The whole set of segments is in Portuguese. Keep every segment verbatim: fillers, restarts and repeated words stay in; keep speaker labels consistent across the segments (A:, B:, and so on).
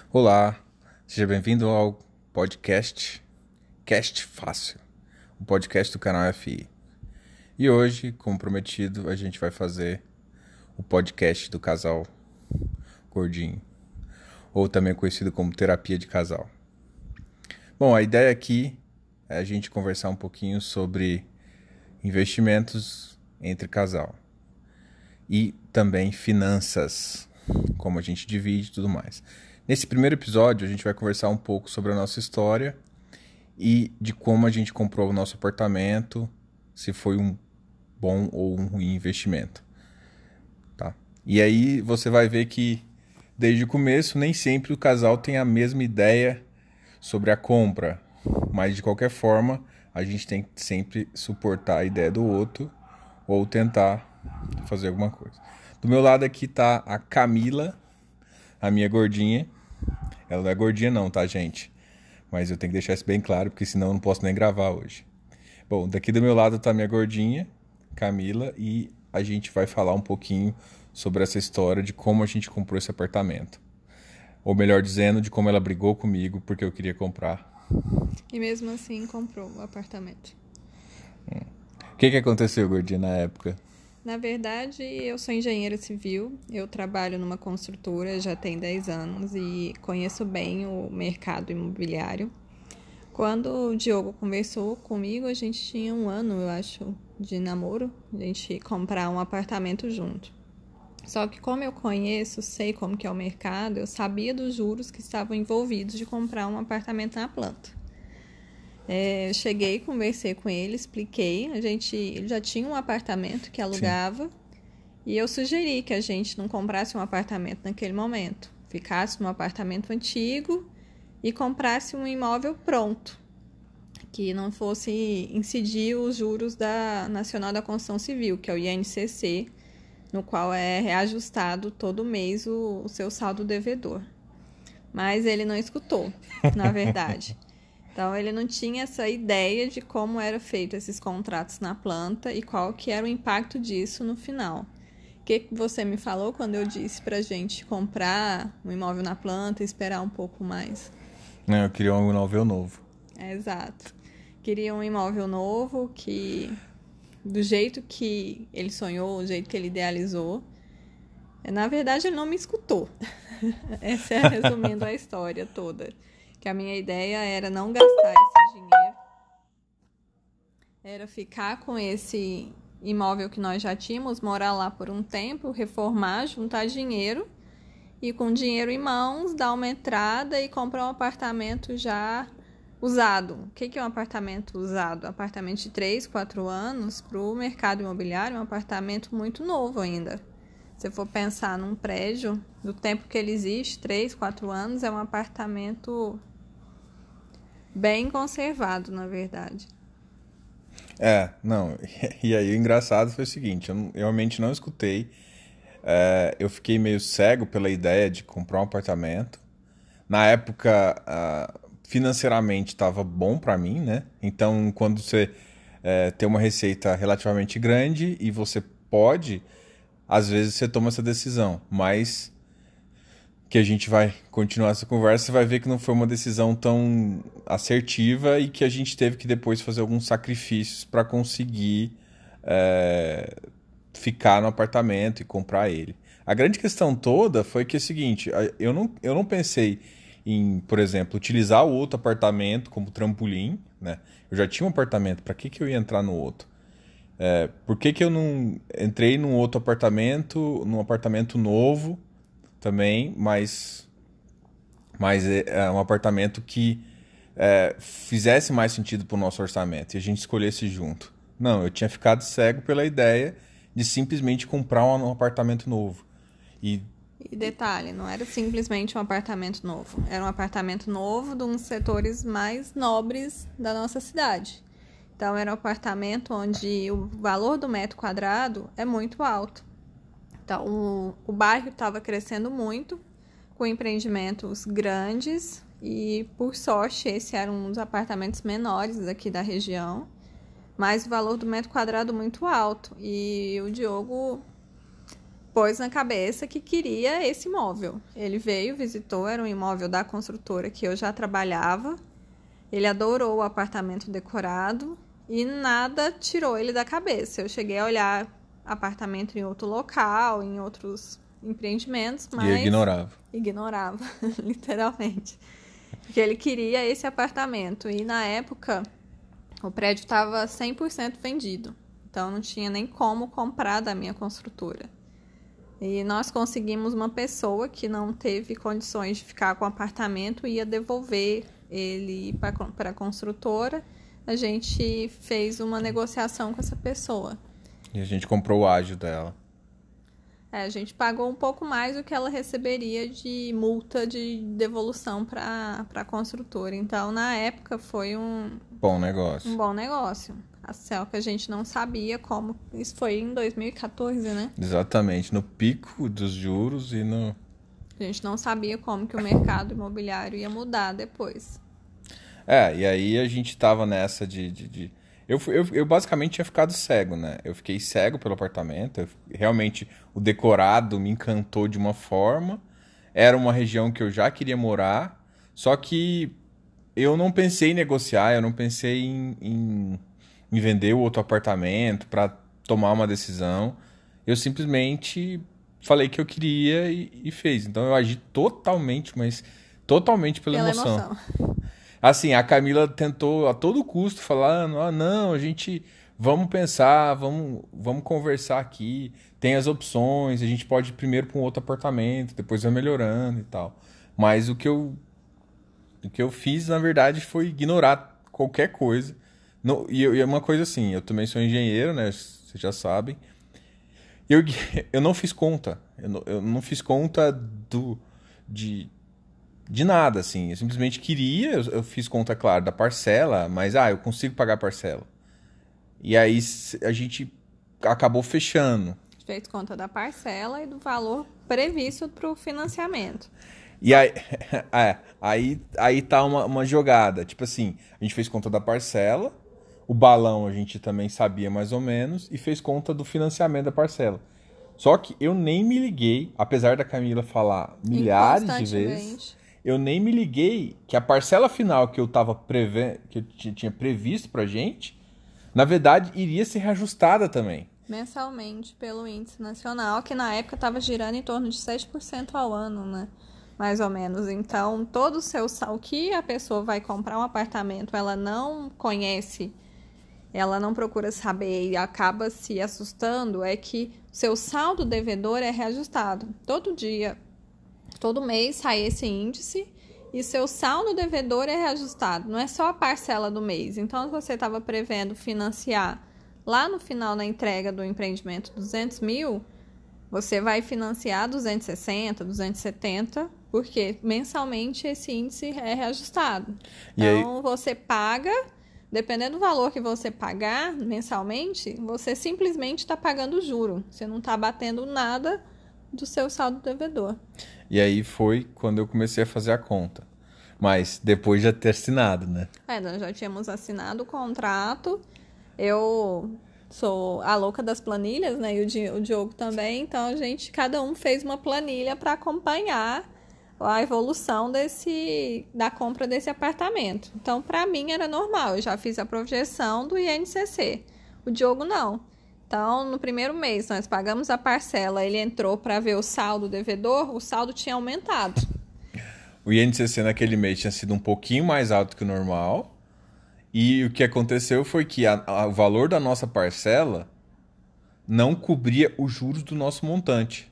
A: Olá, seja bem-vindo ao podcast Cast Fácil, o podcast do canal F I. E hoje, como prometido, a gente vai fazer o podcast do casal gordinho, ou também conhecido como terapia de casal. Bom, a ideia aqui é a gente conversar um pouquinho sobre investimentos entre casal e também finanças, como a gente divide e tudo mais. Nesse primeiro episódio, a gente vai conversar um pouco sobre a nossa história e de como a gente comprou o nosso apartamento, se foi um bom ou um ruim investimento. Tá? E aí você vai ver que, desde o começo, nem sempre o casal tem a mesma ideia sobre a compra, mas de qualquer forma, a gente tem que sempre suportar a ideia do outro ou tentar fazer alguma coisa. Do meu lado aqui tá a Camila, a minha gordinha. Ela não é gordinha não, tá, gente? Mas eu tenho que deixar isso bem claro, porque senão eu não posso nem gravar hoje. Bom, daqui do meu lado tá a minha gordinha, Camila, e a gente vai falar um pouquinho sobre essa história de como a gente comprou esse apartamento. Ou melhor dizendo, de como ela brigou comigo porque eu queria comprar.
B: E mesmo assim comprou o apartamento.
A: Hum. O que que aconteceu, gordinha, na época?
B: Na verdade, eu sou engenheira civil, eu trabalho numa construtora já tem dez anos e conheço bem o mercado imobiliário. Quando o Diogo conversou comigo, a gente tinha um ano, eu acho, de namoro, a gente comprar um apartamento junto. Só que como eu conheço, sei como que é o mercado, eu sabia dos juros que estavam envolvidos de comprar um apartamento na planta. É, eu cheguei, conversei com ele, expliquei. A gente, ele já tinha um apartamento que alugava. Sim. E eu sugeri que a gente não comprasse um apartamento naquele momento. Ficasse num apartamento antigo e comprasse um imóvel pronto, que não fosse incidir os juros da Nacional da Construção Civil, que é o I N C C, no qual é reajustado todo mês o, o seu saldo devedor. Mas ele não escutou, na verdade. Então, ele não tinha essa ideia de como eram feitos esses contratos na planta e qual que era o impacto disso no final. O que, que você me falou quando eu disse pra gente comprar um imóvel na planta e esperar um pouco mais?
A: Não, eu queria um imóvel novo.
B: É, exato. Queria um imóvel novo que, do jeito que ele sonhou, do jeito que ele idealizou. Na verdade, ele não me escutou. Essa é resumindo a história toda. Que a minha ideia era não gastar esse dinheiro, era ficar com esse imóvel que nós já tínhamos, morar lá por um tempo, reformar, juntar dinheiro e com dinheiro em mãos dar uma entrada e comprar um apartamento já usado. O que é um apartamento usado? Um apartamento de três, quatro anos para o mercado imobiliário, um apartamento muito novo ainda. Se for pensar num prédio, do tempo que ele existe, três, quatro anos, é um apartamento bem conservado, na verdade.
A: É, não, e aí o engraçado foi o seguinte, eu, não, eu realmente não escutei, é, eu fiquei meio cego pela ideia de comprar um apartamento. Na época, uh, financeiramente estava bom para mim, né? Então, quando você é, tem uma receita relativamente grande e você pode, às vezes você toma essa decisão, mas que a gente vai continuar essa conversa, você vai ver que não foi uma decisão tão assertiva e que a gente teve que depois fazer alguns sacrifícios para conseguir é, ficar no apartamento e comprar ele. A grande questão toda foi que é o seguinte, eu não, eu não pensei em, por exemplo, utilizar o outro apartamento como trampolim, né? Eu já tinha um apartamento, para que, que eu ia entrar no outro? É, por que, que eu não entrei num outro apartamento, num apartamento novo também, mas, mas é, é um apartamento que é, fizesse mais sentido para o nosso orçamento e a gente escolhesse junto. Não, eu tinha ficado cego pela ideia de simplesmente comprar um, um apartamento novo. E,
B: e detalhe, não era simplesmente um apartamento novo, era um apartamento novo de uns setores mais nobres da nossa cidade. Então, era um apartamento onde o valor do metro quadrado é muito alto. Então, o, o bairro estava crescendo muito, com empreendimentos grandes e, por sorte, esse era um dos apartamentos menores aqui da região, mas o valor do metro quadrado muito alto. E o Diogo pôs na cabeça que queria esse imóvel. Ele veio, visitou, era um imóvel da construtora que eu já trabalhava. Ele adorou o apartamento decorado e nada tirou ele da cabeça. Eu cheguei a olhar apartamento em outro local, em outros empreendimentos, mas...
A: E ignorava.
B: Ignorava, literalmente. Porque ele queria esse apartamento. E na época, o prédio estava cem por cento vendido. Então, não tinha nem como comprar da minha construtora. E nós conseguimos uma pessoa que não teve condições de ficar com o apartamento e ia devolver ele para a construtora. A gente fez uma negociação com essa pessoa.
A: E a gente comprou o ágio dela.
B: É, a gente pagou um pouco mais do que ela receberia de multa de devolução para a construtora. Então, na época, foi um
A: bom negócio.
B: Um bom negócio. A céu que a gente não sabia como... Isso foi em dois mil e quatorze, né?
A: Exatamente, no pico dos juros e no...
B: A gente não sabia como que o mercado imobiliário ia mudar depois.
A: É, e aí a gente tava nessa de... de, de... Eu, eu, eu basicamente tinha ficado cego, né? Eu fiquei cego pelo apartamento. Eu, realmente, o decorado me encantou de uma forma. Era uma região que eu já queria morar. Só que eu não pensei em negociar, eu não pensei em, em, em vender o outro apartamento para tomar uma decisão. Eu simplesmente falei que eu queria e, e fez. Então eu agi totalmente, mas totalmente pela,
B: Pela
A: emoção.
B: emoção.
A: Assim, a Camila tentou a todo custo falando, ah, não, a gente, vamos pensar, vamos, vamos conversar aqui, tem as opções, a gente pode ir primeiro para um outro apartamento, depois vai melhorando e tal. Mas o que eu, o que eu fiz, na verdade, foi ignorar qualquer coisa. No, e, e é uma coisa assim, eu também sou engenheiro, né, vocês já sabem. Eu, eu não fiz conta, eu não, eu não fiz conta do, de... De nada, assim. Eu simplesmente queria, eu, eu fiz conta, claro, da parcela, mas, ah, eu consigo pagar a parcela. E aí a gente acabou fechando.
B: Fez conta da parcela e do valor previsto para o financiamento.
A: E aí, é, aí, aí tá uma, uma jogada. Tipo assim, a gente fez conta da parcela, o balão a gente também sabia mais ou menos, e fez conta do financiamento da parcela. Só que eu nem me liguei, apesar da Camila falar milhares de vezes... Eu nem me liguei que a parcela final que eu tava prevendo, que eu tinha previsto pra gente, na verdade, iria ser reajustada também.
B: Mensalmente pelo índice nacional, que na época estava girando em torno de sete por cento ao ano, né? Mais ou menos. Então, todo o seu o que a pessoa vai comprar um apartamento, ela não conhece, ela não procura saber e acaba se assustando, é que seu saldo devedor é reajustado. Todo dia, todo mês sai esse índice e seu saldo devedor é reajustado. Não é só a parcela do mês. Então, se você estava prevendo financiar lá no final da entrega do empreendimento duzentos mil, você vai financiar duzentos e sessenta, duzentos e setenta, porque mensalmente esse índice é reajustado.
A: E
B: então,
A: aí...
B: você paga, dependendo do valor que você pagar mensalmente, você simplesmente está pagando juro. Você não está batendo nada do seu saldo devedor.
A: E aí foi quando eu comecei a fazer a conta. Mas depois de ter assinado, né?
B: É, nós já tínhamos assinado o contrato. Eu sou a louca das planilhas, né? E o, Di- o Diogo também. Então, a gente, cada um fez uma planilha para acompanhar a evolução desse, da compra desse apartamento. Então, para mim, era normal. Eu já fiz a projeção do I N C C. O Diogo, não. Então, no primeiro mês, nós pagamos a parcela. Ele entrou para ver o saldo devedor. O saldo tinha aumentado.
A: O I N C C naquele mês tinha sido um pouquinho mais alto que o normal. E o que aconteceu foi que a, a, o valor da nossa parcela não cobria os juros do nosso montante.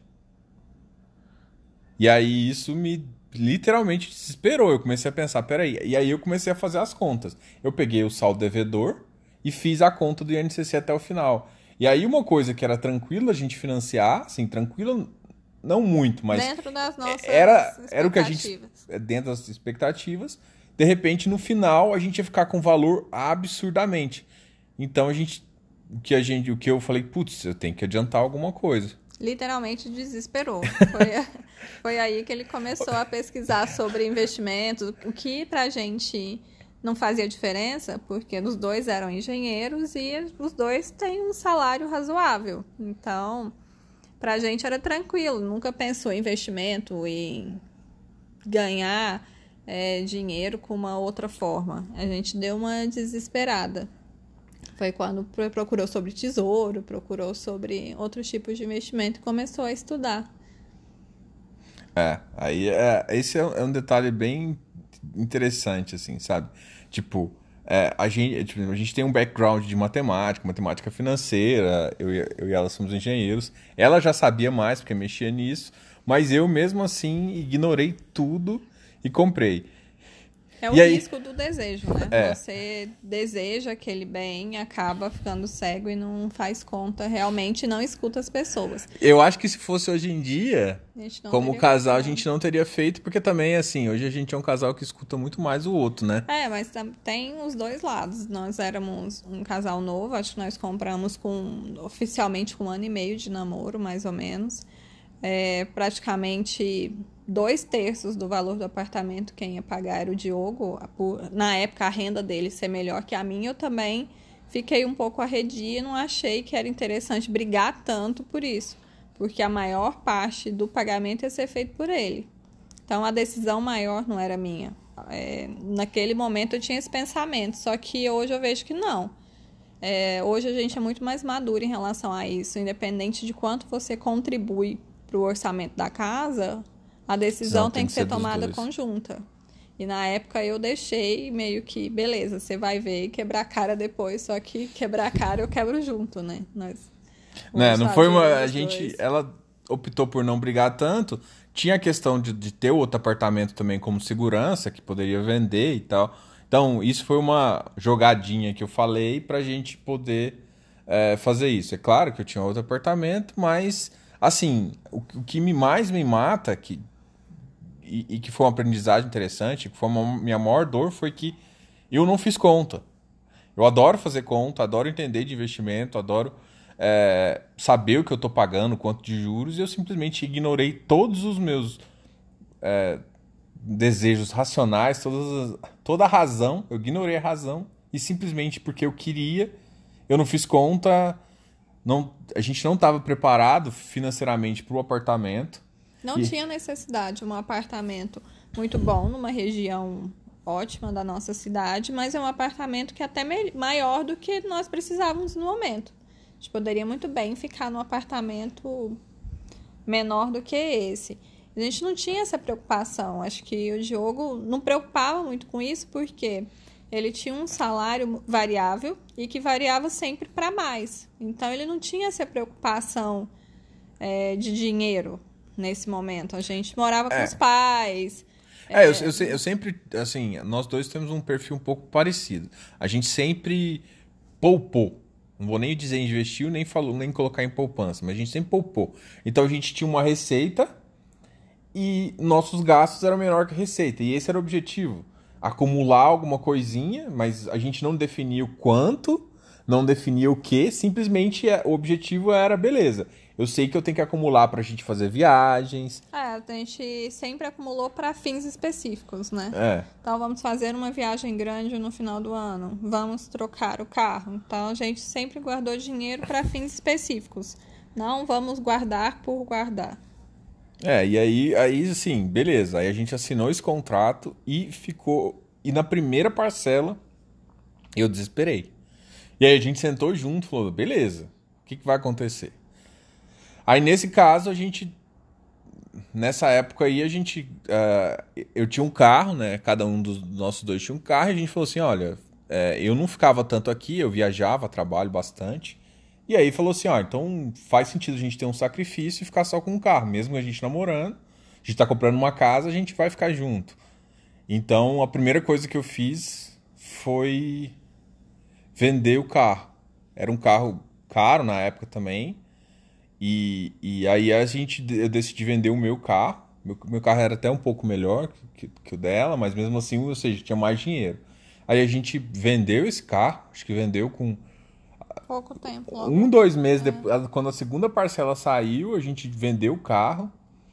A: E aí isso me literalmente desesperou. Eu comecei a pensar, peraí. E aí eu comecei a fazer as contas. Eu peguei o saldo devedor e fiz a conta do I N C C até o final. E aí uma coisa que era tranquila a gente financiar, assim, tranquila, não muito, mas...
B: Dentro das nossas
A: era, era o que a gente...
B: expectativas.
A: Dentro das expectativas. De repente, no final, a gente ia ficar com valor absurdamente. Então, a gente... O que, a gente, o que eu falei, putz, eu tenho que adiantar alguma coisa.
B: Literalmente desesperou. Foi, foi aí que ele começou a pesquisar sobre investimentos, o que pra gente não fazia diferença, porque os dois eram engenheiros e os dois têm um salário razoável. Então, pra gente era tranquilo, nunca pensou em investimento, em ganhar é, dinheiro com uma outra forma. A gente deu uma desesperada. Foi quando procurou sobre tesouro, procurou sobre outros tipos de investimento e começou a estudar.
A: É, aí é, esse é um é um detalhe bem interessante, assim, sabe? Tipo, é, a gente, tipo, a gente tem um background de matemática, matemática financeira, eu, e- eu e ela somos engenheiros. Ela já sabia mais porque mexia nisso, mas eu mesmo assim ignorei tudo e comprei.
B: É o
A: E aí,
B: risco do desejo, né?
A: é,
B: Você deseja aquele bem, acaba ficando cego e não faz conta, realmente não escuta as pessoas.
A: eu acho que se fosse hoje em dia,
B: A gente não
A: como
B: teria
A: casal, a
B: comprado.
A: gente não teria feito, porque também, assim, hoje a gente é um casal que escuta muito mais o outro, né?
B: É, mas tam- tem os dois lados. Nós éramos um casal novo, acho que nós compramos com oficialmente com um ano e meio de namoro, mais ou menos. É, praticamente dois terços do valor do apartamento quem ia pagar era o Diogo. Por- na época, a renda dele ser melhor que a minha, eu também fiquei um pouco arredia e não achei que era interessante brigar tanto por isso, porque a maior parte do pagamento ia ser feito por ele. Então a decisão maior não era minha. É, naquele momento eu tinha esse pensamento, só que hoje eu vejo que não. É, hoje a gente é muito mais maduro em relação a isso. Independente de quanto você contribui para o orçamento da casa, a
A: Não,
B: decisão
A: tem
B: tem
A: que
B: que
A: ser
B: ser
A: dos
B: tomada
A: dois.
B: conjunta. E na época eu deixei meio que, beleza, você vai ver e quebrar a cara depois, só que quebrar a cara eu quebro junto, né? Nós
A: Né,
B: vamos
A: não foi
B: fazer
A: uma.
B: aí
A: A
B: os
A: gente.
B: dois.
A: Ela optou por não brigar tanto. Tinha a questão de, de ter outro apartamento também como segurança, que poderia vender e tal. Então, isso foi uma jogadinha que eu falei pra gente poder é, fazer isso. É claro que eu tinha outro apartamento, mas, assim, o, o que me mais me mata, que, e, e que foi uma aprendizagem interessante, que foi uma minha maior dor, foi que eu não fiz conta. Eu adoro fazer conta, adoro entender de investimento, adoro é, saber o que eu estou pagando, quanto de juros, e eu simplesmente ignorei todos os meus desejos racionais, todas as- toda a razão, eu ignorei a razão, e simplesmente porque eu queria, eu não fiz conta, não, a gente não estava preparado financeiramente para o apartamento.
B: Não
A: E,
B: tinha necessidade, um apartamento muito bom numa região ótima da nossa cidade, mas é um apartamento que é até me- maior do que nós precisávamos no momento. A gente poderia muito bem ficar num apartamento menor do que esse. A gente não tinha essa preocupação. Acho que o Diogo não preocupava muito com isso porque ele tinha um salário variável e que variava sempre para mais. Então ele não tinha essa preocupação é, de dinheiro nesse momento. A gente morava com os
A: é,
B: pais.
A: é eu,
B: É,
A: eu, se- eu sempre, assim, nós dois temos um perfil um pouco parecido. A gente sempre poupou. Não vou nem dizer investiu, nem falou, nem colocar em poupança, mas a gente sempre poupou. Então a gente tinha uma receita e nossos gastos eram menor que a receita. E esse era o objetivo. Acumular alguma coisinha, mas a gente não definia o quanto, não definia o que, simplesmente é- o objetivo era, beleza. Eu sei que eu tenho que acumular pra gente fazer viagens.
B: é, a gente sempre acumulou para fins específicos, né?
A: É.
B: Então vamos fazer uma viagem grande no final do ano. Vamos trocar o carro. Então a gente sempre guardou dinheiro para fins específicos. Não vamos guardar por guardar.
A: É, e aí, aí assim, beleza. Aí a gente assinou esse contrato e ficou. E na primeira parcela, eu desesperei. E aí a gente sentou junto e falou: beleza, o que, que vai acontecer? Aí nesse caso, a gente. Nessa época aí, a gente. ah, eu tinha um carro, né? Cada um dos nossos dois tinha um carro, e a gente falou assim: olha, é, eu não ficava tanto aqui, eu viajava, trabalho bastante. E aí falou assim: ó, então faz sentido a gente ter um sacrifício e ficar só com um carro, mesmo a gente namorando, a gente tá comprando uma casa, a gente vai ficar junto. Então a primeira coisa que eu fiz foi vender o carro. Era um carro caro na época também. E, e aí a gente, eu decidi vender o meu carro. Meu, meu carro era até um pouco melhor que, que o dela, mas mesmo assim, ou seja, tinha mais dinheiro. Aí a gente vendeu esse carro, acho que vendeu com
B: Pouco tempo,
A: um,
B: logo.
A: dois meses depois, quando a segunda parcela saiu, a gente vendeu o carro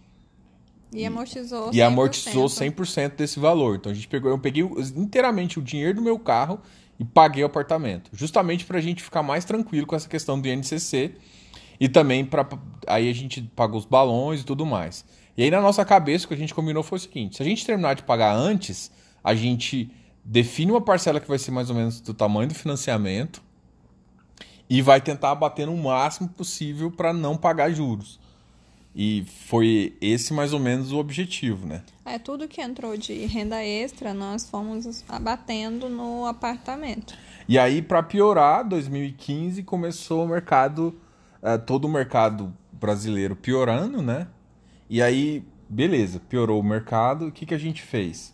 B: E amortizou
A: e
B: cem por
A: amortizou
B: cento.
A: cem por cento desse valor. Então a gente pegou, eu peguei inteiramente o dinheiro do meu carro e paguei o apartamento, justamente para a gente ficar mais tranquilo com essa questão do I N C C. E também para aí a gente pagou os balões e tudo mais. E aí na nossa cabeça o que a gente combinou foi o seguinte: se a gente terminar de pagar antes, a gente define uma parcela que vai ser mais ou menos do tamanho do financiamento e vai tentar abater no máximo possível para não pagar juros. E foi esse mais ou menos o objetivo, né?
B: É, tudo que entrou de renda extra, nós fomos abatendo no apartamento.
A: E aí, para piorar, dois mil e quinze começou o mercado, uh, todo o mercado brasileiro piorando, né? E aí, beleza, piorou o mercado, o que, que a gente fez?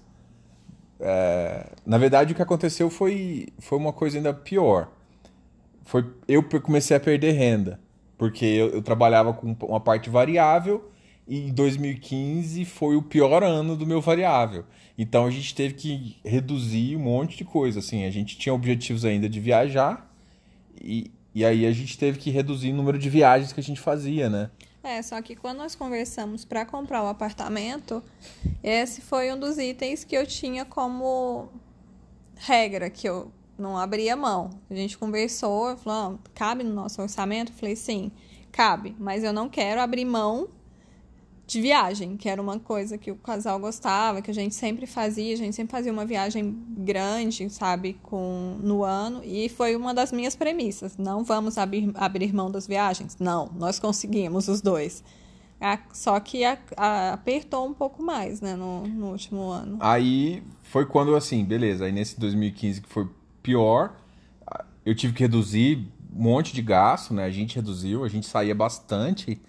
A: É, na verdade, o que aconteceu foi, foi uma coisa ainda pior. Foi, eu comecei a perder renda, porque eu, eu trabalhava com uma parte variável e em dois mil e quinze foi o pior ano do meu variável. Então a gente teve que reduzir um monte de coisa. Assim, a gente tinha objetivos ainda de viajar e, e aí a gente teve que reduzir o número de viagens que a gente fazia, né?
B: É, só que quando nós conversamos para comprar o apartamento, esse foi um dos itens que eu tinha como regra, que eu não abria mão. A gente conversou, falou, ah, cabe no nosso orçamento? Eu falei, sim, cabe, mas eu não quero abrir mão de viagem, que era uma coisa que o casal gostava, que a gente sempre fazia, a gente sempre fazia uma viagem grande, sabe, com, no ano, e foi uma das minhas premissas. Não vamos abrir, abrir mão das viagens? Não, nós conseguimos os dois. A, só que a, a, apertou um pouco mais, né, no, no último ano.
A: Aí foi quando, assim, beleza, aí nesse dois mil e quinze que foi pior, eu tive que reduzir um monte de gasto, né, a gente reduziu, a gente saía bastante.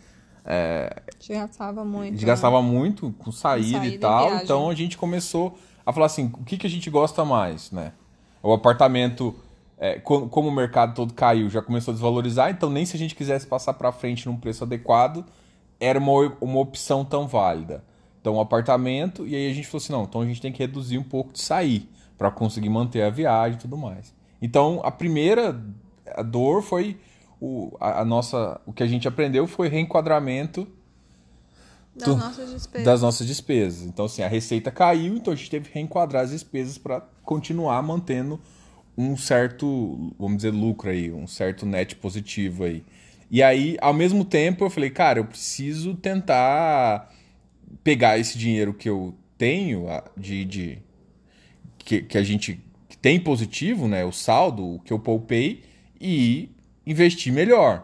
A: É,
B: a gente gastava muito.
A: A gente gastava né? muito com saída, saída e tal,
B: e
A: então a gente começou a falar assim, o que, que a gente gosta mais, né? O apartamento, é, como o mercado todo caiu, já começou a desvalorizar, então nem se a gente quisesse passar para frente num preço adequado, era uma, uma opção tão válida. Então o apartamento, e aí a gente falou assim, não, então a gente tem que reduzir um pouco de sair, para conseguir manter a viagem e tudo mais. Então a primeira a dor foi... O, a, a nossa, o que a gente aprendeu foi reenquadramento
B: das, do, nossas despesas.
A: das nossas despesas. Então, assim, a receita caiu, então a gente teve que reenquadrar as despesas para continuar mantendo um certo, vamos dizer, lucro aí, um certo net positivo aí. E aí, ao mesmo tempo, eu falei, cara, eu preciso tentar pegar esse dinheiro que eu tenho, de, de que, que a gente que tem positivo, né, o saldo, o que eu poupei, e investir melhor.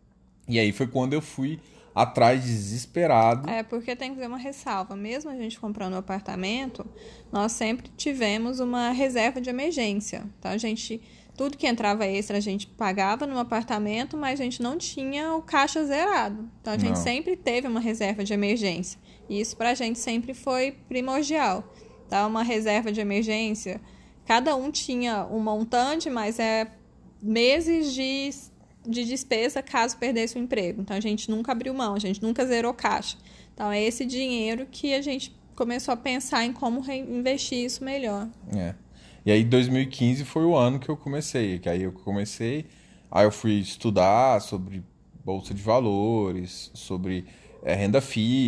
A: E aí foi quando eu fui atrás desesperado.
B: É, porque tem que ter uma ressalva. Mesmo a gente comprando um apartamento, nós sempre tivemos uma reserva de emergência. Então, a gente, tudo que entrava extra, a gente pagava no apartamento, mas a gente não tinha o caixa zerado. Então, a gente não. sempre teve uma reserva de emergência. E isso pra gente sempre foi primordial. Então, uma reserva de emergência, cada um tinha um montante, mas é meses de de despesa caso perdesse o emprego. Então, a gente nunca abriu mão, a gente nunca zerou caixa. Então, é esse dinheiro que a gente começou a pensar em como reinvestir isso melhor.
A: É. E aí, dois mil e quinze foi o ano que eu comecei. Que aí eu comecei, aí eu fui estudar sobre bolsa de valores, sobre é, renda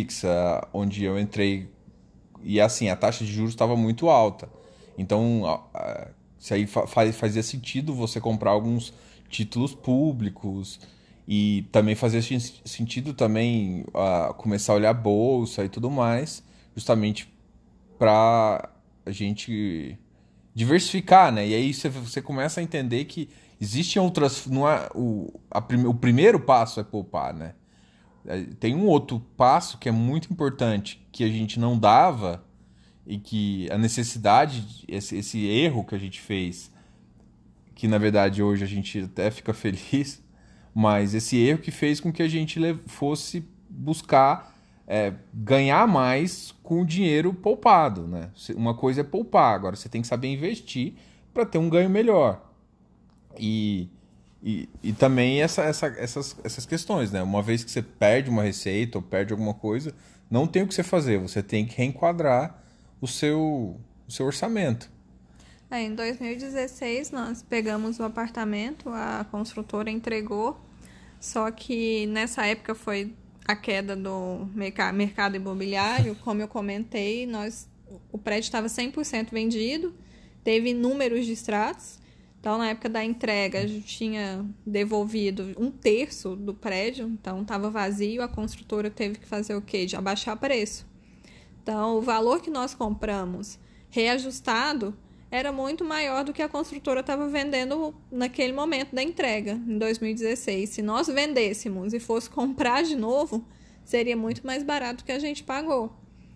A: fixa, onde eu entrei... E assim, a taxa de juros estava muito alta. Então, isso aí fazia sentido você comprar alguns títulos públicos e também fazia sentido também uh, começar a olhar a bolsa e tudo mais, justamente para a gente diversificar, né? E aí você, você começa a entender que existem outras... Não é, o, a, o primeiro passo é poupar, né? Tem um outro passo que é muito importante, que a gente não dava e que a necessidade, esse, esse erro que a gente fez, que na verdade hoje a gente até fica feliz, mas esse erro que fez com que a gente fosse buscar é, ganhar mais com o dinheiro poupado, né? Uma coisa é poupar, agora você tem que saber investir para ter um ganho melhor. E, e, e também essa, essa, essas, essas questões, né? Uma vez que você perde uma receita ou perde alguma coisa, não tem o que você fazer, você tem que reenquadrar o seu, o seu orçamento.
B: É, em dois mil e dezesseis, nós pegamos o apartamento, a construtora entregou, só que nessa época foi a queda do mercado imobiliário. Como eu comentei, nós, o prédio estava cem por cento vendido, teve inúmeros distratos, Então, na época da entrega, a gente tinha devolvido um terço do prédio, então estava vazio, a construtora teve que fazer o quê? De abaixar o preço. Então, o valor que nós compramos reajustado era muito maior do que a construtora estava vendendo naquele momento da entrega, em dois mil e dezesseis. Se nós vendêssemos e fosse comprar de novo, seria muito mais barato do que a gente pagou.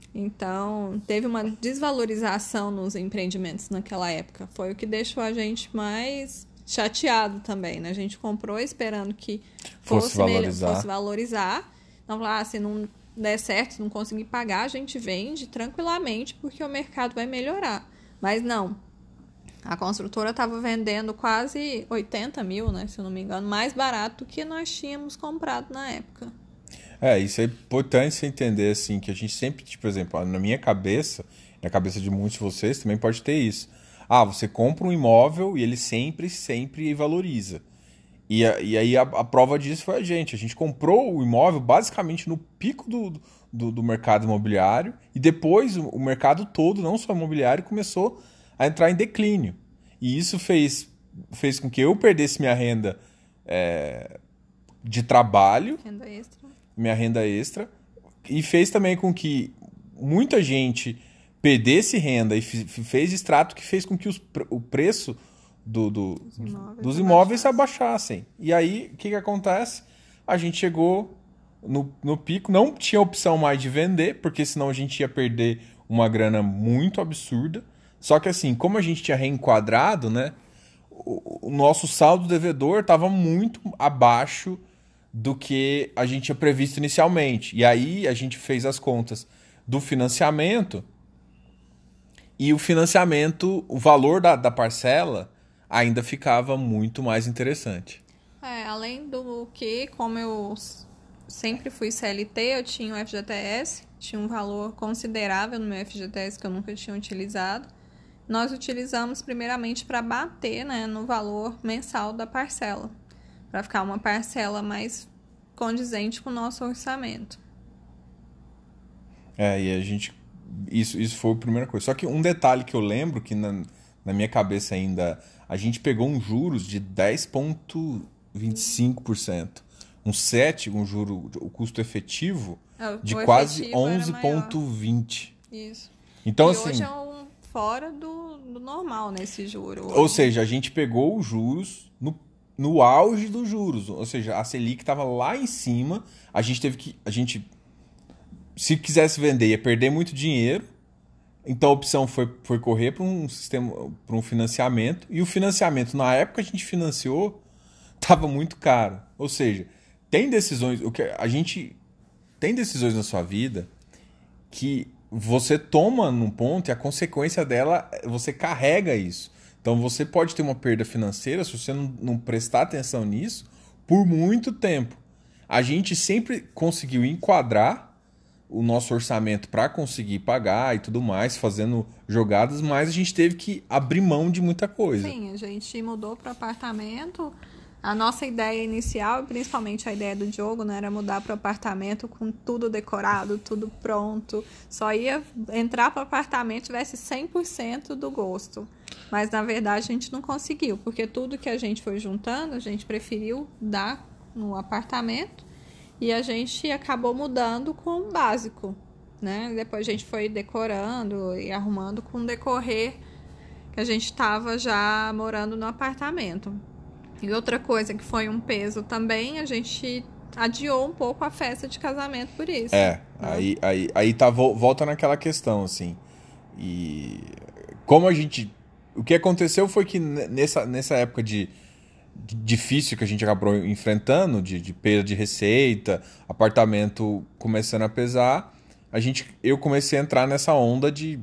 B: Então, teve uma desvalorização nos empreendimentos naquela época. Foi o que deixou a gente mais chateado também, né? A gente comprou esperando que fosse,
A: fosse valorizar.
B: Melhor, fosse valorizar. Então, ah, se não der certo, se não conseguir pagar, a gente vende tranquilamente, porque o mercado vai melhorar. Mas não. A construtora estava vendendo quase oitenta mil, né? Se eu não me engano, mais barato do que nós tínhamos comprado na época.
A: É, isso é importante você entender, assim, que a gente sempre, tipo, por exemplo, na minha cabeça, na cabeça de muitos de vocês, também pode ter isso. Ah, você compra um imóvel e ele sempre, sempre valoriza. E, a, e aí a, a prova disso foi a gente. A gente comprou o imóvel basicamente no pico do, do, do mercado imobiliário e depois o, o mercado todo, não só imobiliário, começou a entrar em declínio. E isso fez, fez com que eu perdesse minha renda é, de trabalho.
B: Renda extra.
A: minha renda extra, e fez também com que muita gente perdesse renda e fez extrato que fez com que os, o preço do, do,
B: Dos imóveis,
A: dos imóveis abaixassem. E aí, o que, que acontece? A gente chegou no, no pico, não tinha opção mais de vender, porque senão a gente ia perder uma grana muito absurda. Só que assim, como a gente tinha reenquadrado, né, o, o nosso saldo devedor estava muito abaixo do que a gente tinha previsto inicialmente. E aí a gente fez as contas do financiamento e o financiamento, o valor da, da parcela ainda ficava muito mais interessante.
B: É, além do que, como eu sempre fui C L T, eu tinha o F G T S, tinha um valor considerável no meu F G T S que eu nunca tinha utilizado. Nós utilizamos primeiramente para bater, né, no valor mensal da parcela, para ficar uma parcela mais condizente com o nosso orçamento.
A: É, e a gente... Isso, isso foi a primeira coisa. Só que um detalhe que eu lembro, que na, na minha cabeça ainda... A gente pegou um juros de dez vírgula vinte e cinco por cento. Um sete, um juro, o custo efetivo,
B: É,
A: de
B: o
A: quase
B: efetivo era
A: onze vírgula vinte.
B: Isso.
A: Então,
B: e
A: assim...
B: hoje é um fora do, do normal nesse juro.
A: Ou seja, a gente pegou os juros no, no auge dos juros. Ou seja, a Selic estava lá em cima. A gente teve que... A gente, se quisesse vender, ia perder muito dinheiro. Então a opção foi, foi correr para um sistema, para um financiamento. E o financiamento, na época que a gente financiou, estava muito caro. Ou seja, tem decisões... O que a gente tem decisões na sua vida que você toma num ponto e a consequência dela, você carrega isso. Então você pode ter uma perda financeira se você não, não prestar atenção nisso por muito tempo. A gente sempre conseguiu enquadrar o nosso orçamento para conseguir pagar e tudo mais, fazendo jogadas, mas a gente teve que abrir mão de muita coisa.
B: Sim, a gente mudou para apartamento. A nossa ideia inicial, principalmente a ideia do Diogo, né, era mudar para o apartamento com tudo decorado, tudo pronto. Só ia entrar para o apartamento e tivesse cem por cento do gosto. Mas, na verdade, a gente não conseguiu, porque tudo que a gente foi juntando, a gente preferiu dar no apartamento e a gente acabou mudando com o básico, né? Depois a gente foi decorando e arrumando com o decorrer que a gente estava já morando no apartamento. E outra coisa que foi um peso também, a gente adiou um pouco a festa de casamento por isso.
A: É,
B: né?
A: aí, aí, aí tá, volta naquela questão, assim. E como a gente... O que aconteceu foi que nessa, nessa época de, de difícil que a gente acabou enfrentando, de, de perda de receita, apartamento começando a pesar, a gente, eu comecei a entrar nessa onda de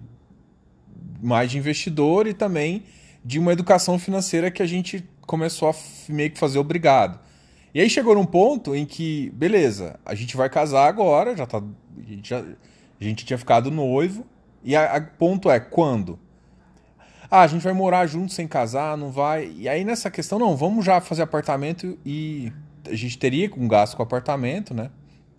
A: mais de investidor e também de uma educação financeira que a gente começou a meio que fazer obrigado. E aí chegou num ponto em que, beleza, a gente vai casar agora, já tá, a, gente já, a gente tinha ficado noivo, e o ponto é, quando? Ah, a gente vai morar junto sem casar, não vai... E aí nessa questão, não, vamos já fazer apartamento e a gente teria um gasto com apartamento, né?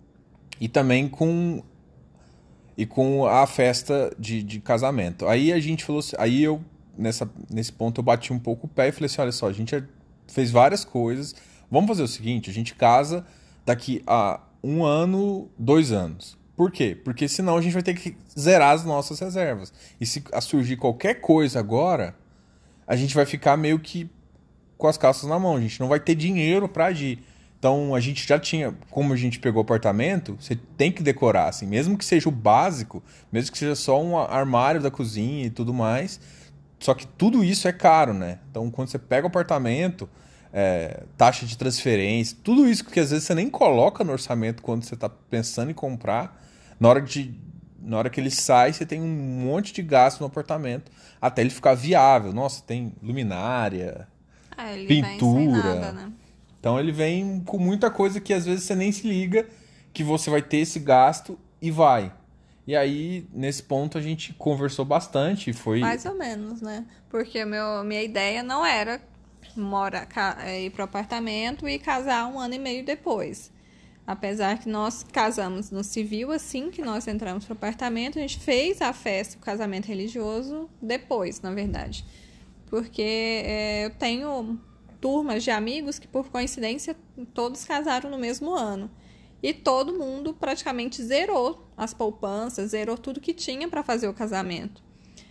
A: E também com... E com a festa de, de casamento. Aí a gente falou assim, aí eu nessa, nesse ponto eu bati um pouco o pé e falei assim, olha só, a gente fez várias coisas, vamos fazer o seguinte, a gente casa daqui a um ano, dois anos. Por quê? Porque senão a gente vai ter que zerar as nossas reservas. E se surgir qualquer coisa agora, a gente vai ficar meio que com as calças na mão. A gente não vai ter dinheiro para agir. Então a gente já tinha, como a gente pegou apartamento, você tem que decorar, assim, mesmo que seja o básico, mesmo que seja só um armário da cozinha e tudo mais. Só que tudo isso é caro, né? Então quando você pega o apartamento, é, taxa de transferência, tudo isso que às vezes você nem coloca no orçamento quando você está pensando em comprar. Na hora, de, na hora que ele sai, você tem um monte de gasto no apartamento até ele ficar viável. Nossa, tem luminária,
B: Ah, ele
A: pintura.
B: vem sem nada, né?
A: Então ele vem com muita coisa que às vezes você nem se liga que você vai ter esse gasto e vai. E aí, nesse ponto, a gente conversou bastante. Foi...
B: Mais ou menos, né? Porque meu, minha ideia não era mora, ir pro apartamento e casar um ano e meio depois. Apesar que nós casamos no civil, assim que nós entramos pro apartamento, a gente fez a festa, o casamento religioso, depois, na verdade. Porque é, eu tenho turmas de amigos que, por coincidência, todos casaram no mesmo ano. E todo mundo praticamente zerou as poupanças, zerou tudo que tinha para fazer o casamento.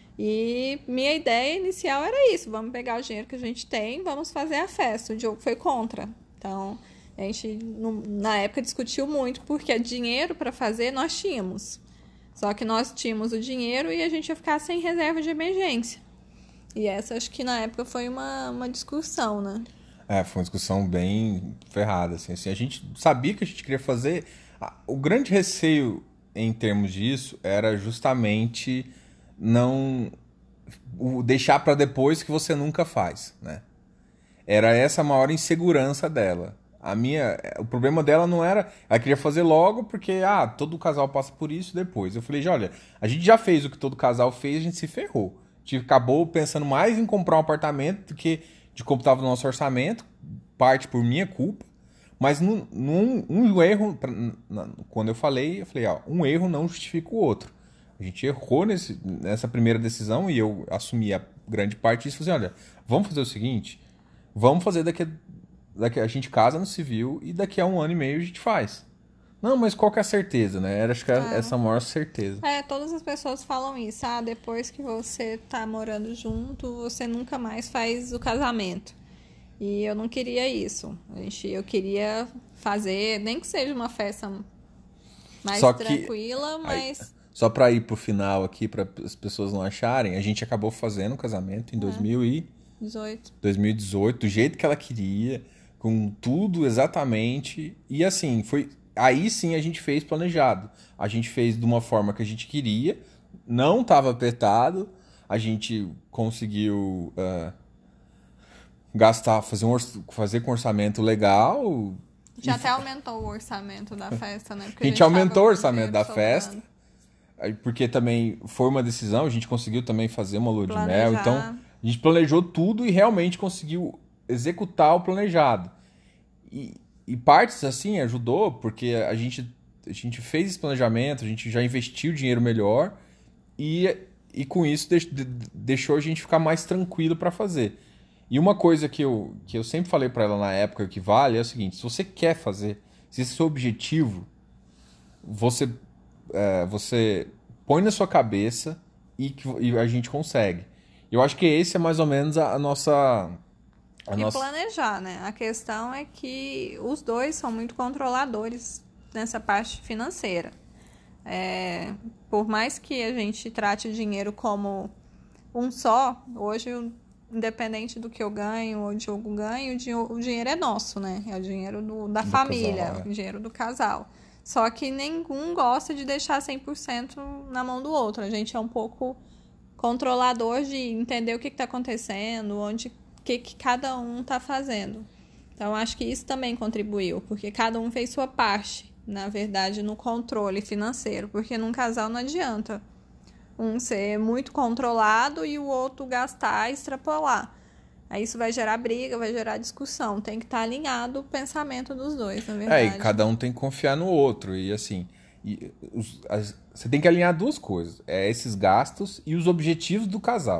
B: E minha ideia inicial era isso, vamos pegar o dinheiro que a gente tem, vamos fazer a festa. O Diogo foi contra. Então... A gente, na época, discutiu muito, porque dinheiro para fazer nós tínhamos. Só que nós tínhamos o dinheiro e a gente ia ficar sem reserva de emergência. E essa, acho que na época foi uma, uma discussão, né?
A: É, foi uma discussão bem ferrada, assim. assim. A gente sabia que a gente queria fazer... O grande receio em termos disso era justamente não... o deixar para depois que você nunca faz, né? Era essa a maior insegurança dela. A minha, o problema dela não era... Ela queria fazer logo porque, ah, todo casal passa por isso depois. Eu falei, olha, a gente já fez o que todo casal fez, a gente se ferrou. A gente acabou pensando mais em comprar um apartamento do que de como estava no nosso orçamento, parte por minha culpa. Mas num, num, um erro, pra, na, quando eu falei, eu falei, ó, um erro não justifica o outro. A gente errou nesse, nessa primeira decisão e eu assumi a grande parte disso. Falei, olha, vamos fazer o seguinte, vamos fazer daqui a... Daqui a gente casa no civil e daqui a um ano e meio a gente faz. Não, mas qual que é a certeza, né? Era, acho que era
B: É.
A: essa a maior certeza.
B: É, todas as pessoas falam isso. Ah, depois que você tá morando junto, você nunca mais faz o casamento. E eu não queria isso. A gente, eu queria fazer, nem que seja uma festa mais
A: Só que,
B: tranquila, mas...
A: Aí, só pra ir pro final aqui, para as pessoas não acharem, a gente acabou fazendo o casamento em
B: É.
A: dois mil e...
B: dezoito.
A: dois mil e dezoito, do jeito que ela queria, com tudo exatamente. E assim, foi aí sim a gente fez planejado. A gente fez de uma forma que a gente queria, não estava apertado, a gente conseguiu uh, gastar, fazer, um, fazer com orçamento legal.
B: Já até aumentou o orçamento da festa, né? Porque
A: a gente aumentou o
B: tava
A: orçamento da
B: sobrando.
A: festa, porque também foi uma decisão, a gente conseguiu também fazer uma lua de mel,
B: Planejar.
A: então a gente planejou tudo e realmente conseguiu executar o planejado. E, e partes assim ajudou, porque a gente, a gente fez esse planejamento, a gente já investiu dinheiro melhor e, e com isso deix, deixou a gente ficar mais tranquilo para fazer. E uma coisa que eu, que eu sempre falei para ela na época que vale é o seguinte, se você quer fazer, se esse é o seu objetivo, você, é, você põe na sua cabeça e, e a gente consegue. Eu acho que esse é mais ou menos a, a nossa... A
B: e
A: nossa...
B: planejar, né? A questão é que os dois são muito controladores nessa parte financeira. É, por mais que a gente trate o dinheiro como um só, hoje, independente do que eu ganho ou o Diogo ganha, o, di o dinheiro é nosso, né? É o dinheiro do, da
A: Do
B: família,
A: casal, é.
B: o dinheiro do casal. Só que nenhum gosta de deixar cem por cento na mão do outro. A gente é um pouco controlador de entender o que está acontecendo, onde, o que, que cada um está fazendo. Então, acho que isso também contribuiu, porque cada um fez sua parte, na verdade, no controle financeiro, porque num casal não adianta um ser muito controlado e o outro gastar e extrapolar. Aí isso vai gerar briga, vai gerar discussão. Tem que estar alinhado o pensamento dos dois, na verdade.
A: É, e cada um tem que confiar no outro. E assim, e os, as, você tem que alinhar duas coisas. É esses gastos e os objetivos do casal.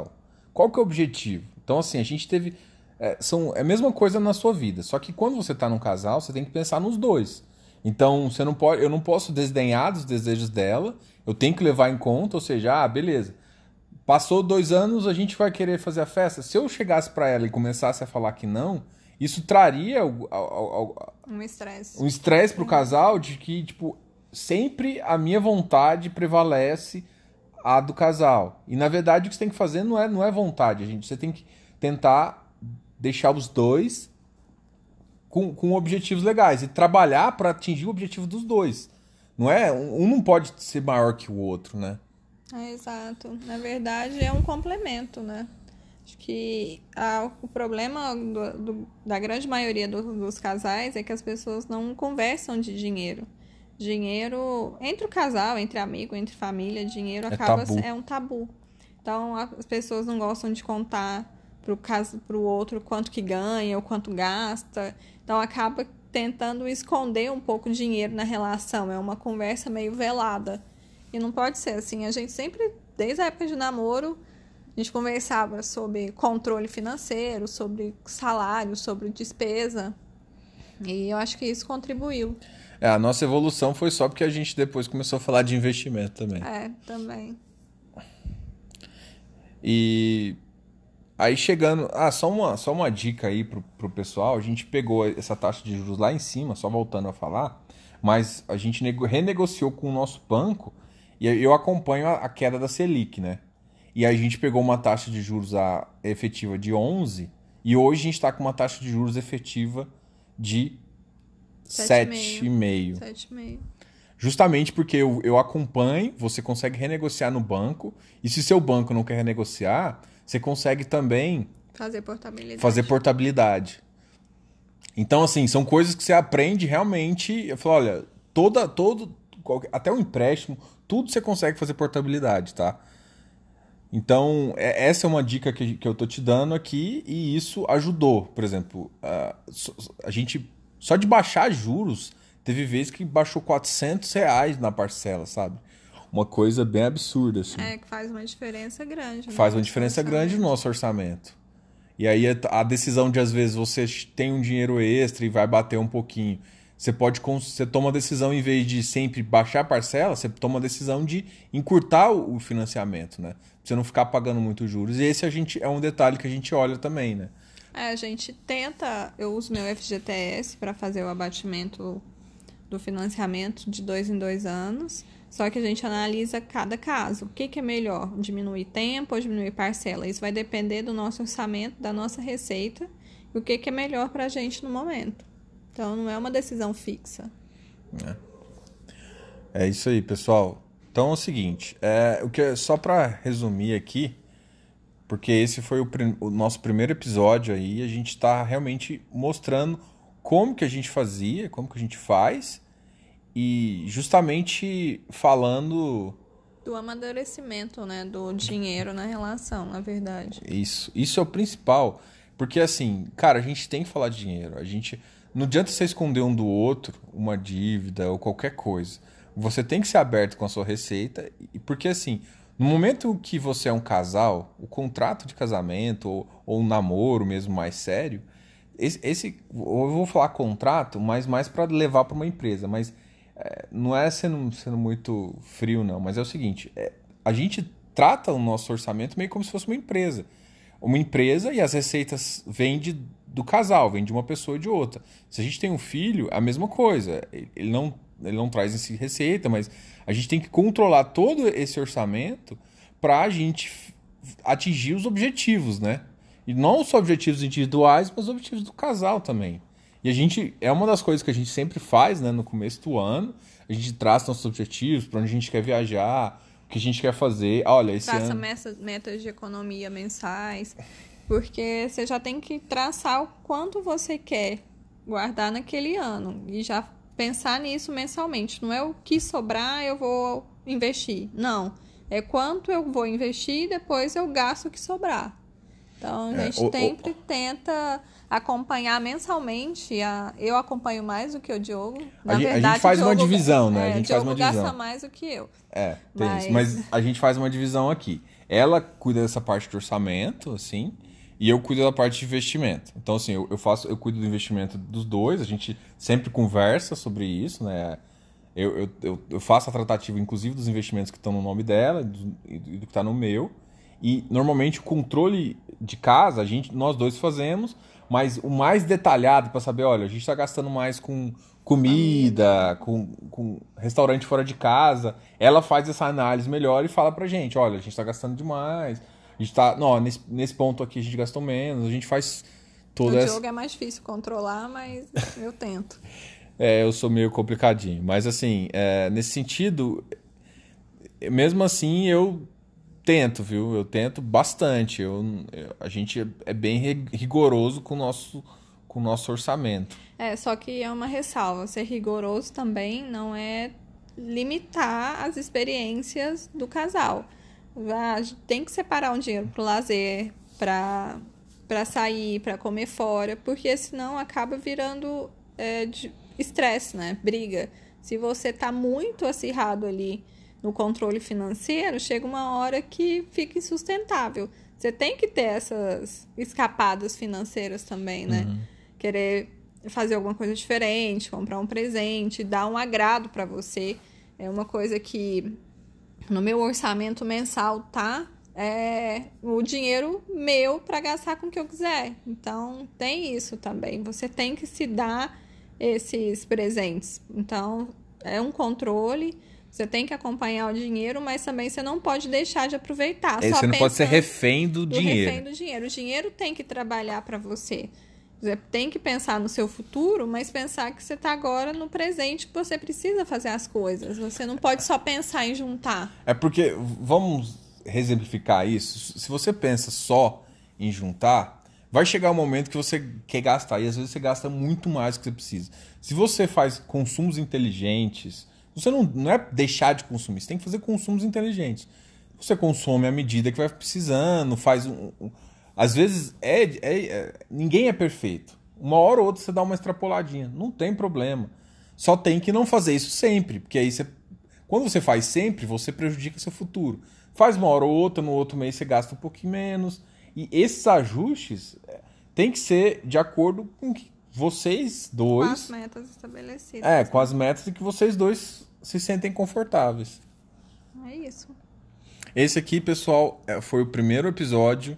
A: Qual que é o objetivo? Então, assim, a gente teve... É, são, é a mesma coisa na sua vida. Só que quando você tá num casal, você tem que pensar nos dois. Então, você não pode, eu não posso desdenhar dos desejos dela. Eu tenho que levar em conta, ou seja, ah, beleza. Passou dois anos, a gente vai querer fazer a festa. Se eu chegasse pra ela e começasse a falar que não, isso traria o- o- o- o-
B: Um estresse.
A: um estresse pro casal de que, tipo, sempre a minha vontade prevalece a do casal. E na verdade o que você tem que fazer não é, não é vontade, gente. Você tem que tentar deixar os dois com, com objetivos legais e trabalhar para atingir o objetivo dos dois. Não é? Um um não pode ser maior que o outro, né?
B: É, exato. Na verdade, é um complemento, né? Acho que ah, o problema do- do- da grande maioria do- dos casais é que as pessoas não conversam de dinheiro. Dinheiro, entre o casal, entre amigo, entre família, dinheiro
A: É
B: acaba
A: tabu.
B: é um tabu. Então, a- as pessoas não gostam de contar pro caso, pro outro quanto que ganha ou quanto gasta. Então, acaba tentando esconder um pouco o dinheiro na relação. É uma conversa meio velada. E não pode ser assim. A gente sempre, desde a época de namoro, a gente conversava sobre controle financeiro, sobre salário, sobre despesa. E eu acho que isso contribuiu.
A: É, a nossa evolução foi só porque a gente depois começou a falar de investimento também.
B: É, também.
A: E aí chegando... Ah, só uma, só uma dica aí pro, pro pessoal. A gente pegou essa taxa de juros lá em cima, só voltando a falar, mas a gente nego- renegociou com o nosso banco e eu acompanho a, a queda da Selic, né? E a gente pegou uma taxa de juros a, efetiva de onze e hoje a gente está com uma taxa de juros efetiva de
B: Sete
A: sete
B: e
A: vírgula cinco.
B: Sete e meio.
A: Justamente porque eu, eu acompanho, você consegue renegociar no banco, e se seu banco não quer renegociar, você consegue também
B: Fazer portabilidade.
A: fazer portabilidade. Então, assim, são coisas que você aprende realmente. Eu falo, olha, toda, todo, qualquer- até um empréstimo, tudo você consegue fazer portabilidade, tá? Então, é- essa é uma dica que, que eu tô te dando aqui, e isso ajudou. Por exemplo, a, so- a gente, só de baixar juros, teve vezes que baixou quatrocentos reais na parcela, sabe? Uma coisa bem absurda, assim.
B: É, que faz uma diferença grande. né,
A: Faz uma
B: no
A: diferença
B: orçamento.
A: grande no nosso orçamento. E aí a a decisão de, às vezes, você tem um dinheiro extra e vai bater um pouquinho. Você pode cons- você toma a decisão, em vez de sempre baixar a parcela, você toma a decisão de encurtar o o financiamento, né? Pra você não ficar pagando muito juros. E esse a gente, é um detalhe que a gente olha também, né?
B: É, a gente tenta, eu uso meu F G T S para fazer o abatimento do financiamento de dois em dois anos, só que a gente analisa cada caso. O que, que é melhor, diminuir tempo ou diminuir parcela? Isso vai depender do nosso orçamento, da nossa receita, e o que, que é melhor para a gente no momento. Então, não é uma decisão fixa.
A: É isso aí, pessoal. Então é o seguinte, é, o que é- só para resumir aqui, porque esse foi o, prim- o nosso primeiro episódio aí, a gente está realmente mostrando como que a gente fazia, como que a gente faz, e justamente falando
B: Do amadurecimento, né, do dinheiro na relação, na verdade.
A: isso. Isso é o principal, porque assim, cara, a gente tem que falar de dinheiro. A gente não adianta você esconder um do outro uma dívida ou qualquer coisa. Você tem que ser aberto com a sua receita, e- porque assim, no momento que você é um casal, o contrato de casamento ou, ou um namoro mesmo mais sério, esse, esse eu vou falar contrato, mas mais para levar para uma empresa, mas é, não é sendo, sendo muito frio não, mas é o seguinte, é, a gente trata o nosso orçamento meio como se fosse uma empresa. Uma empresa e as receitas vêm de, do casal, vêm de uma pessoa e de outra. Se a gente tem um filho, a mesma coisa. Ele ele não, ele não traz essa receita, mas a gente tem que controlar todo esse orçamento para a gente f- atingir os objetivos, né? E não só objetivos individuais, mas objetivos do casal também. E a gente, é uma das coisas que a gente sempre faz, né, no começo do ano. A gente traça nossos objetivos, para onde a gente quer viajar, o que a gente quer fazer. Olha, esse
B: Traça
A: ano...
B: meta- metas de economia mensais, porque você já tem que traçar o quanto você quer guardar naquele ano e já pensar nisso mensalmente. Não é o que sobrar eu vou investir. Não. É quanto eu vou investir e depois eu gasto o que sobrar. Então, a
A: É,
B: gente
A: o- o-
B: sempre tenta acompanhar mensalmente. A... Eu acompanho mais do que o Diogo. Na
A: A gente- a
B: verdade,
A: gente faz
B: o
A: uma
B: Diogo-
A: divisão, né? A
B: é,
A: gente
B: Diogo
A: faz uma
B: gasta
A: divisão.
B: mais do que eu.
A: É, tem
B: Mas-
A: isso. Mas a gente faz uma divisão aqui. Ela cuida dessa parte do orçamento, assim, e eu cuido da parte de investimento. Então, assim, eu, eu faço, eu cuido do investimento dos dois, a gente sempre conversa sobre isso, né? Eu, eu, eu, eu faço a tratativa, inclusive, dos investimentos que estão no nome dela do- e do, do que está no meu. E, normalmente, o controle de casa, a gente, nós dois fazemos, mas o mais detalhado para saber, olha, a gente está gastando mais com
B: Família.
A: comida, com, com restaurante fora de casa. Ela faz essa análise melhor e fala pra gente, olha, a gente está gastando demais. A gente tá, não, nesse, nesse ponto aqui a gente gastou menos. A gente faz
B: O
A: toda essa...
B: Diogo é mais difícil controlar, mas eu tento.
A: É, eu sou meio complicadinho. Mas, assim, é, nesse sentido, mesmo assim, eu tento, viu? Eu tento bastante. Eu, eu- a gente é bem ri- rigoroso com o nosso, com o nosso orçamento.
B: É, só que é uma ressalva. Ser rigoroso também não é limitar as experiências do casal. A gente tem que separar um dinheiro pro lazer, para para sair, para comer fora, porque senão acaba virando é, de- estresse, né? Briga. Se você tá muito acirrado ali no controle financeiro, chega uma hora que fica insustentável. Você tem que ter essas escapadas financeiras também, né? Querer fazer alguma coisa diferente, comprar um presente, dar um agrado para você. É uma coisa que no meu orçamento mensal tá é o dinheiro meu para gastar com o que eu quiser. Então tem isso também. Você tem que se dar esses presentes. Então é um controle. Você tem que acompanhar o dinheiro, mas também você não pode deixar de aproveitar,
A: Aí
B: só
A: você não pode ser
B: pensando
A: refém do
B: do refém
A: dinheiro.
B: do dinheiro. O dinheiro tem que trabalhar para você. Você tem que pensar no seu futuro, mas pensar que você está agora no presente, que você precisa fazer as coisas. Você não pode só pensar em juntar.
A: É porque, vamos exemplificar isso. Se você pensa só em juntar, vai chegar um momento que você quer gastar, e às vezes você gasta muito mais do que você precisa. Se você faz consumos inteligentes, você não, não é deixar de consumir, você tem que fazer consumos inteligentes. Você consome à medida que vai precisando, faz um. um- às vezes é, é- é- ninguém é perfeito. Uma hora ou outra você dá uma extrapoladinha, não tem problema. Só tem que não fazer isso sempre, porque aí você, quando você faz sempre, você prejudica seu futuro. Faz uma hora ou outra, no outro mês você gasta um pouquinho menos. E esses ajustes é, tem que ser de acordo com que vocês
B: Com as
A: dois,
B: metas estabelecidas.
A: é, com as metas e que vocês dois se sentem confortáveis.
B: É isso.
A: Esse aqui, pessoal, é- foi o primeiro episódio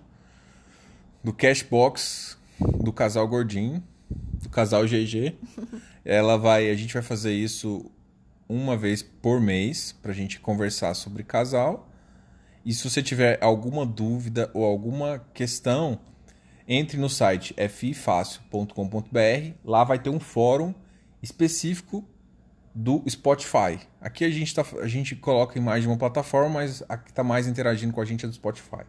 A: do Cashbox do casal gordinho, do casal G G. Ela vai, a gente vai fazer isso uma vez por mês pra gente conversar sobre casal. E se você tiver alguma dúvida ou alguma questão, entre no site f i fácil ponto com ponto b r. Lá vai ter um fórum específico do Spotify. Aqui a gente, tá, a gente coloca em mais de uma plataforma, mas a que está mais interagindo com a gente é do Spotify.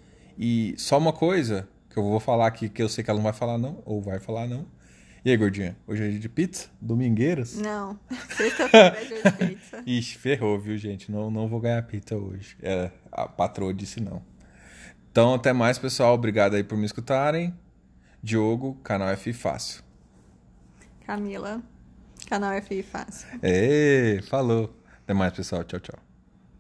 A: E só uma coisa que eu vou falar aqui, que eu sei que ela não vai falar não, ou vai falar não. E aí, gordinha? Hoje é dia de pizza? Domingueiras?
B: Não. Sexta-feira é dia de pizza.
A: Ixi, ferrou, viu, gente? Não, não vou ganhar pizza hoje. É, a patroa disse não. Então, até mais, pessoal. Obrigado aí por me escutarem. Diogo, canal F Fácil.
B: Camila, canal F I Fácil.
A: Ê, falou. Até mais, pessoal. Tchau, tchau.